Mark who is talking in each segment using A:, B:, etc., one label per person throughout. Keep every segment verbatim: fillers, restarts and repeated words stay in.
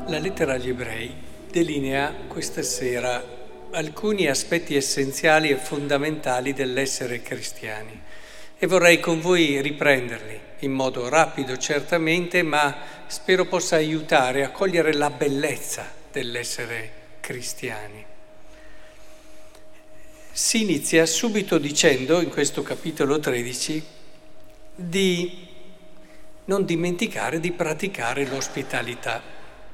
A: La lettera agli Ebrei delinea questa sera alcuni aspetti essenziali e fondamentali dell'essere cristiani e vorrei con voi riprenderli in modo rapido certamente, ma spero possa aiutare a cogliere la bellezza dell'essere cristiani. Si inizia subito dicendo, in questo capitolo tredici, di non dimenticare di praticare l'ospitalità.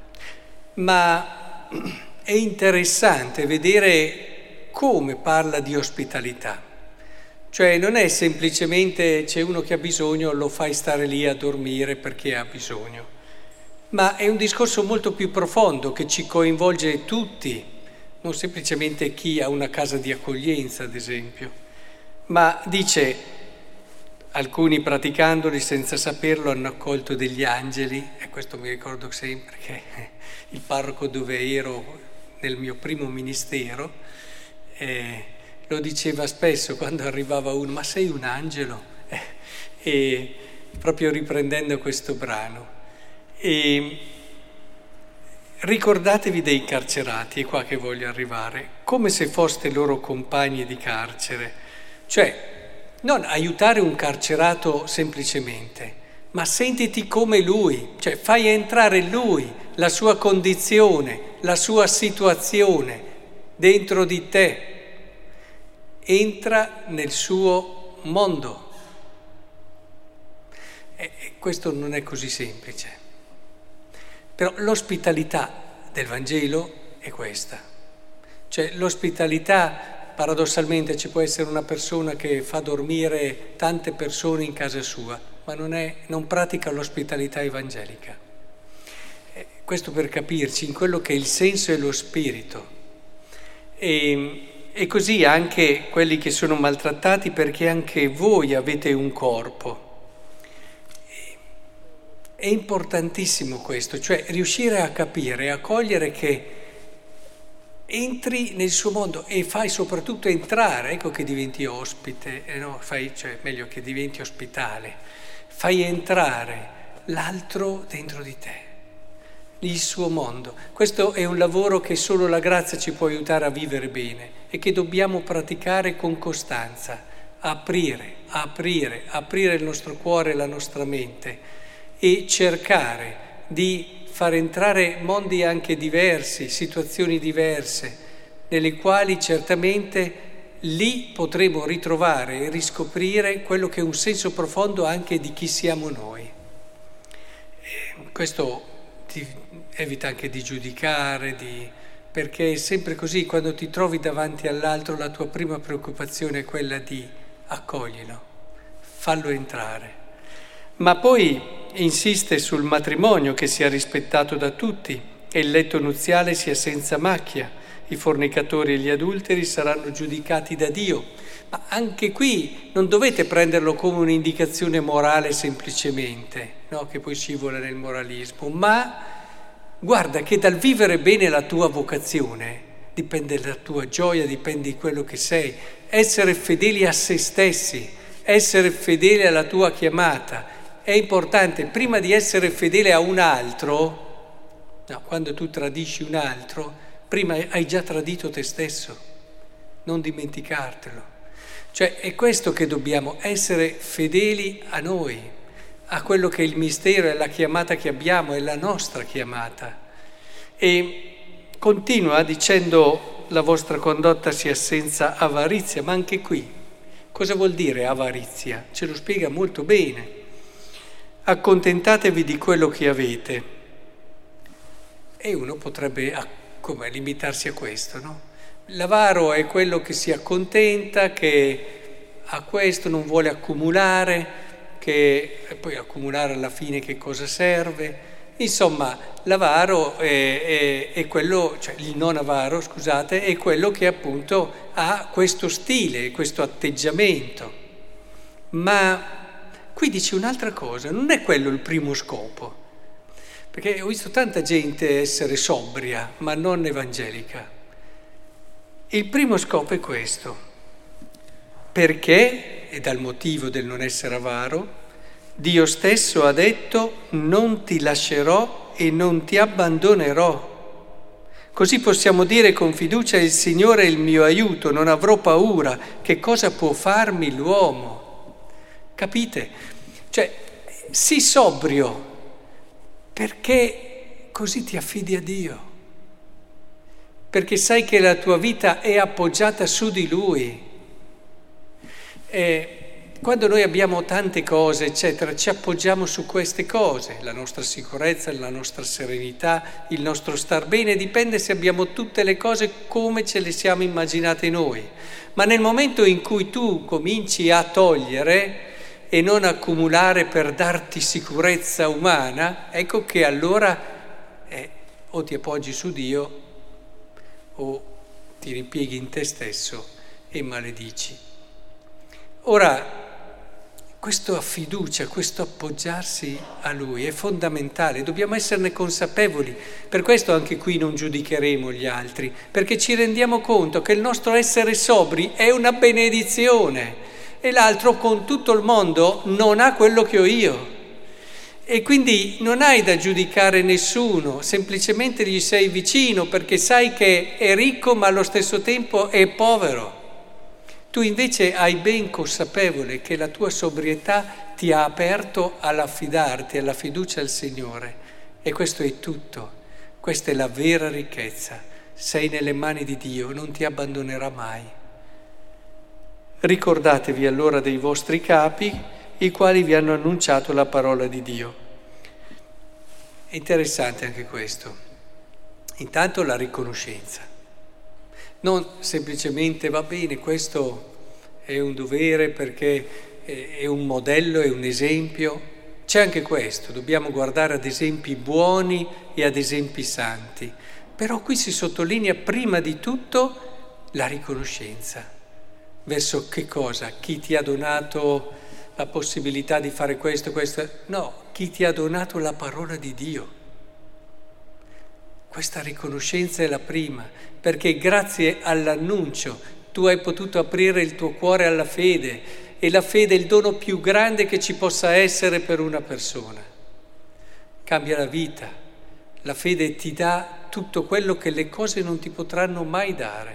A: Ma è interessante vedere come parla di ospitalità. Cioè non è semplicemente c'è uno che ha bisogno, lo fai stare lì a dormire perché ha bisogno, ma è un discorso molto più profondo che ci coinvolge tutti, non semplicemente chi ha una casa di accoglienza, ad esempio, ma dice alcuni praticandoli senza saperlo hanno accolto degli angeli, e questo mi ricordo sempre che il parroco dove ero nel mio primo ministero eh, lo diceva spesso quando arrivava uno, ma sei un angelo? Eh, e proprio riprendendo questo brano. E ricordatevi dei carcerati, è qua che voglio arrivare, come se foste loro compagni di carcere, cioè non aiutare un carcerato semplicemente, ma sentiti come lui, cioè fai entrare lui, la sua condizione, la sua situazione dentro di te, entra nel suo mondo. E questo non è così semplice, però l'ospitalità del Vangelo è questa, cioè l'ospitalità. Paradossalmente ci può essere una persona che fa dormire tante persone in casa sua, ma non, è, non pratica l'ospitalità evangelica. Eh, questo per capirci in quello che è il senso e lo spirito. E, e così anche quelli che sono maltrattati, perché anche voi avete un corpo. È importantissimo questo, cioè riuscire a capire, a cogliere che entri nel suo mondo e fai soprattutto entrare, ecco che diventi ospite, eh no, fai, cioè meglio che diventi ospitale, fai entrare l'altro dentro di te, il suo mondo. Questo è un lavoro che solo la grazia ci può aiutare a vivere bene e che dobbiamo praticare con costanza, aprire, aprire, aprire il nostro cuore e la nostra mente e cercare di far entrare mondi anche diversi, situazioni diverse, nelle quali certamente lì potremo ritrovare e riscoprire quello che è un senso profondo anche di chi siamo noi. E questo ti evita anche di giudicare, di... perché è sempre così, quando ti trovi davanti all'altro la tua prima preoccupazione è quella di accoglierlo, fallo entrare. Ma poi insiste sul matrimonio che sia rispettato da tutti e il letto nuziale sia senza macchia. I fornicatori e gli adulteri saranno giudicati da Dio. Ma anche qui non dovete prenderlo come un'indicazione morale semplicemente, no? Che poi scivola nel moralismo, ma guarda che dal vivere bene la tua vocazione dipende la tua gioia, dipende di quello che sei. Essere fedeli a se stessi, essere fedeli alla tua chiamata. È importante, prima di essere fedele a un altro, no, quando tu tradisci un altro, prima hai già tradito te stesso, non dimenticartelo. Cioè è questo che dobbiamo, essere fedeli a noi, a quello che è il mistero, è la chiamata che abbiamo, è la nostra chiamata. E continua dicendo la vostra condotta sia senza avarizia, ma anche qui, cosa vuol dire avarizia? Ce lo spiega molto bene. Accontentatevi di quello che avete. E uno potrebbe come, limitarsi a questo, no? L'avaro è quello che si accontenta, che ha questo, non vuole accumulare, che e poi accumulare alla fine che cosa serve? Insomma, l'avaro è, è, è quello, cioè il non avaro, scusate, è quello che appunto ha questo stile, questo atteggiamento. Ma qui dice un'altra cosa, non è quello il primo scopo, perché ho visto tanta gente essere sobria, ma non evangelica. Il primo scopo è questo, perché, e dal motivo del non essere avaro, Dio stesso ha detto: non ti lascerò sto e non ti abbandonerò. Così possiamo dire con fiducia: il Signore è il mio aiuto, non avrò paura. Che cosa può farmi l'uomo? Capite? Cioè, sii sobrio, perché così ti affidi a Dio. Perché sai che la tua vita è appoggiata su di Lui. E quando noi abbiamo tante cose, eccetera, ci appoggiamo su queste cose. La nostra sicurezza, la nostra serenità, il nostro star bene, dipende se abbiamo tutte le cose come ce le siamo immaginate noi. Ma nel momento in cui tu cominci a togliere e non accumulare per darti sicurezza umana, ecco che allora eh, o ti appoggi su Dio o ti ripieghi in te stesso e maledici. Ora, questa fiducia, questo appoggiarsi a Lui è fondamentale, dobbiamo esserne consapevoli. Per questo anche qui non giudicheremo gli altri, perché ci rendiamo conto che il nostro essere sobri è una benedizione e l'altro con tutto il mondo non ha quello che ho io. E quindi non hai da giudicare nessuno, semplicemente gli sei vicino perché sai che è ricco ma allo stesso tempo è povero. Tu invece hai ben consapevole che la tua sobrietà ti ha aperto all'affidarti, alla fiducia al Signore. E questo è tutto. Questa è la vera ricchezza. Sei nelle mani di Dio, non ti abbandonerà mai. Ricordatevi allora dei vostri capi, i quali vi hanno annunciato la parola di Dio. È interessante anche questo. Intanto la riconoscenza. Non semplicemente va bene, questo è un dovere perché è un modello, è un esempio. C'è anche questo, dobbiamo guardare ad esempi buoni e ad esempi santi. Però qui si sottolinea prima di tutto la riconoscenza. Verso che cosa? Chi ti ha donato la possibilità di fare questo, questo? No, chi ti ha donato la parola di Dio. Questa riconoscenza è la prima, perché grazie all'annuncio tu hai potuto aprire il tuo cuore alla fede, e la fede è il dono più grande che ci possa essere per una persona. Cambia la vita, la fede ti dà tutto quello che le cose non ti potranno mai dare.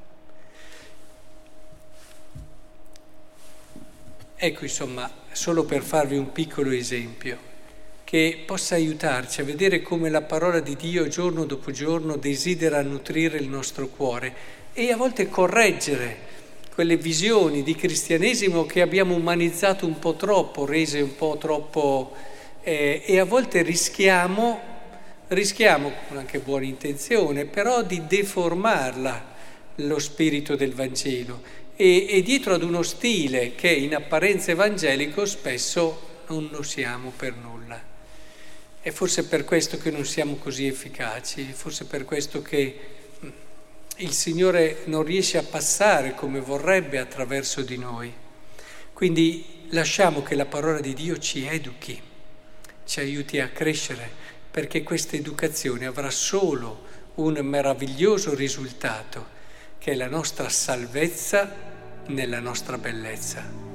A: Ecco, insomma, solo per farvi un piccolo esempio, che possa aiutarci a vedere come la parola di Dio giorno dopo giorno desidera nutrire il nostro cuore e a volte correggere quelle visioni di cristianesimo che abbiamo umanizzato un po' troppo, rese un po' troppo eh, e a volte rischiamo, rischiamo con anche buona intenzione, però di deformarla, lo spirito del Vangelo e, e dietro ad uno stile che in apparenza evangelico spesso non lo siamo per nulla. È forse per questo che non siamo così efficaci, forse per questo che il Signore non riesce a passare come vorrebbe attraverso di noi. Quindi lasciamo che la parola di Dio ci educhi, ci aiuti a crescere, perché questa educazione avrà solo un meraviglioso risultato, che è la nostra salvezza nella nostra bellezza.